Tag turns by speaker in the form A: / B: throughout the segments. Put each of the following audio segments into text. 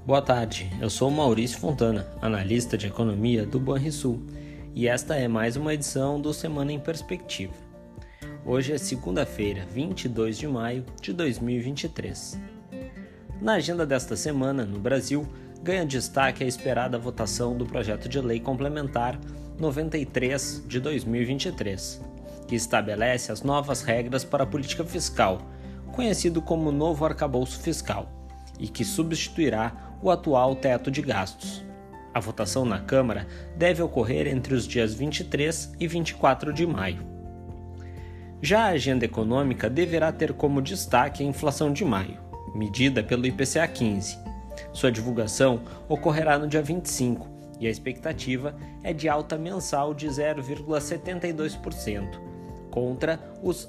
A: Boa tarde, eu sou Maurício Fontana, analista de economia do Banrisul, e esta é mais uma edição do Semana em Perspectiva. Hoje é segunda-feira, 22 de maio de 2023. Na agenda desta semana, no Brasil, ganha destaque a esperada votação do projeto de lei complementar 93 de 2023, que estabelece as novas regras para a política fiscal, conhecido como Novo Arcabouço Fiscal, e que substituirá o atual teto de gastos. A votação na Câmara deve ocorrer entre os dias 23 e 24 de maio. Já a agenda econômica deverá ter como destaque a inflação de maio, medida pelo IPCA 15. Sua divulgação ocorrerá no dia 25 e a expectativa é de alta mensal de 0,72%, contra os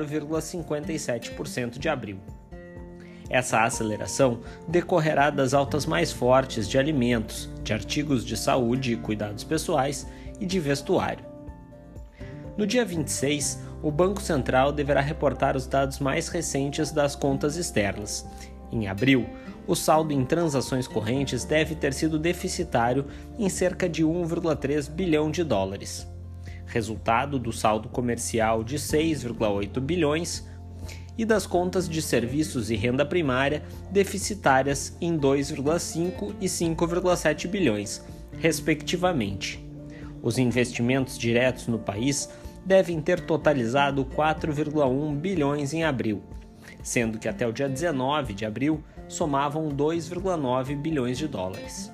A: 0,57% de abril. Essa aceleração decorrerá das altas mais fortes de alimentos, de artigos de saúde e cuidados pessoais e de vestuário. No dia 26, o Banco Central deverá reportar os dados mais recentes das contas externas. Em abril, o saldo em transações correntes deve ter sido deficitário em cerca de 1,3 bilhão de dólares, resultado do saldo comercial de 6,8 bilhões e das contas de serviços e renda primária deficitárias em 2,5 e 5,7 bilhões, respectivamente. Os investimentos diretos no país devem ter totalizado 4,1 bilhões em abril, sendo que até o dia 19 de abril somavam 2,9 bilhões de dólares.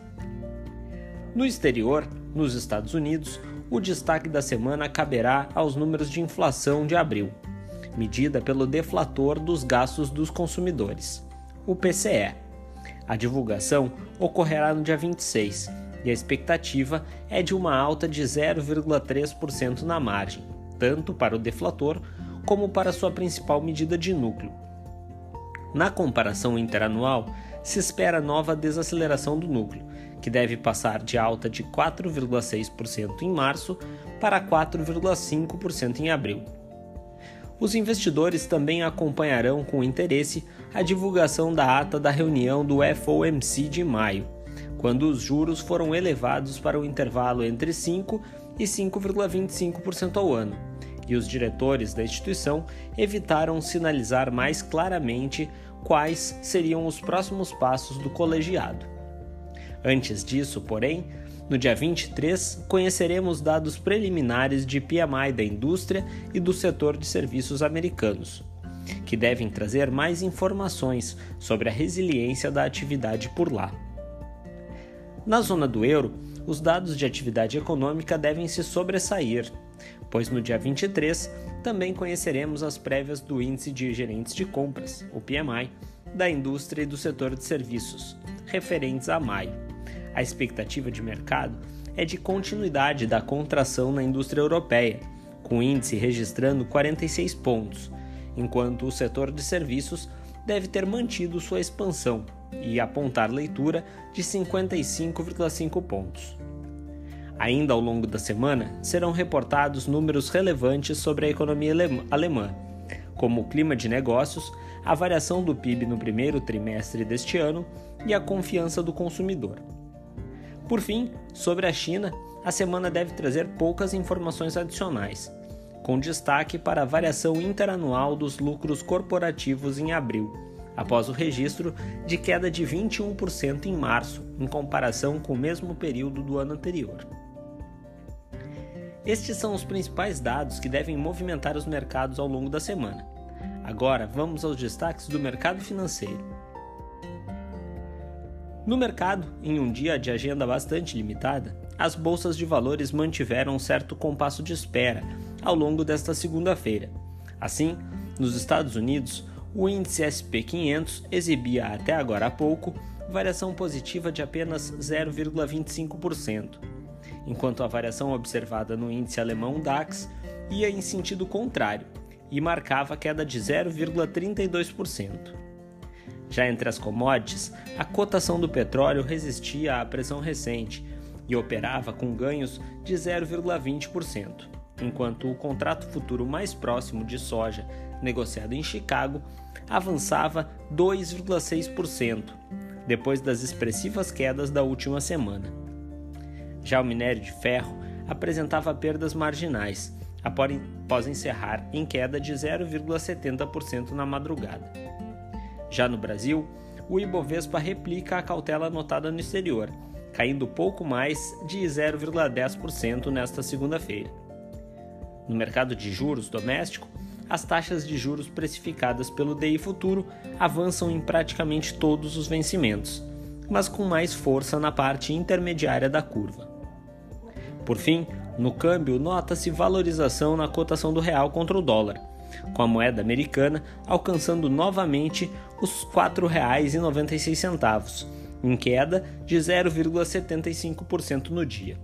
A: No exterior, nos Estados Unidos, o destaque da semana caberá aos números de inflação de abril, medida pelo deflator dos gastos dos consumidores, o PCE. A divulgação ocorrerá no dia 26 e a expectativa é de uma alta de 0,3% na margem, tanto para o deflator como para sua principal medida de núcleo. Na comparação interanual, se espera nova desaceleração do núcleo, que deve passar de alta de 4,6% em março para 4,5% em abril. Os investidores também acompanharão com interesse a divulgação da ata da reunião do FOMC de maio, quando os juros foram elevados para o intervalo entre 5% e 5,25% ao ano, e os diretores da instituição evitaram sinalizar mais claramente quais seriam os próximos passos do colegiado. Antes disso, porém, no dia 23, conheceremos dados preliminares de PMI da indústria e do setor de serviços americanos, que devem trazer mais informações sobre a resiliência da atividade por lá. Na zona do euro, os dados de atividade econômica devem se sobressair, pois no dia 23 também conheceremos as prévias do Índice de Gerentes de Compras, o PMI, da indústria e do setor de serviços, referentes a maio. A expectativa de mercado é de continuidade da contração na indústria europeia, com o índice registrando 46 pontos, enquanto o setor de serviços deve ter mantido sua expansão e apontar leitura de 55,5 pontos. Ainda ao longo da semana, serão reportados números relevantes sobre a economia alemã, como o clima de negócios, a variação do PIB no primeiro trimestre deste ano e a confiança do consumidor. Por fim, sobre a China, a semana deve trazer poucas informações adicionais, com destaque para a variação interanual dos lucros corporativos em abril, após o registro de queda de 21% em março, em comparação com o mesmo período do ano anterior. Estes são os principais dados que devem movimentar os mercados ao longo da semana. Agora, vamos aos destaques do mercado financeiro. No mercado, em um dia de agenda bastante limitada, as bolsas de valores mantiveram um certo compasso de espera ao longo desta segunda-feira. Assim, nos Estados Unidos, o índice SP 500 exibia até agora há pouco variação positiva de apenas 0,25%, enquanto a variação observada no índice alemão DAX ia em sentido contrário e marcava queda de 0,32%. Já entre as commodities, a cotação do petróleo resistia à pressão recente e operava com ganhos de 0,20%, enquanto o contrato futuro mais próximo de soja, negociado em Chicago, avançava 2,6%, depois das expressivas quedas da última semana. Já o minério de ferro apresentava perdas marginais, após encerrar em queda de 0,70% na madrugada. Já no Brasil, o Ibovespa replica a cautela notada no exterior, caindo pouco mais de 0,10% nesta segunda-feira. No mercado de juros doméstico, as taxas de juros precificadas pelo DI Futuro avançam em praticamente todos os vencimentos, mas com mais força na parte intermediária da curva. Por fim, no câmbio, nota-se valorização na cotação do real contra o dólar, com a moeda americana alcançando novamente os R$ 4,96, em queda de 0,75% no dia.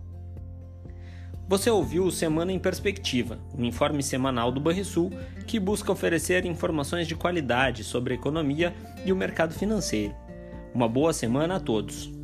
A: Você ouviu o Semana em Perspectiva, um informe semanal do Banrisul que busca oferecer informações de qualidade sobre a economia e o mercado financeiro. Uma boa semana a todos!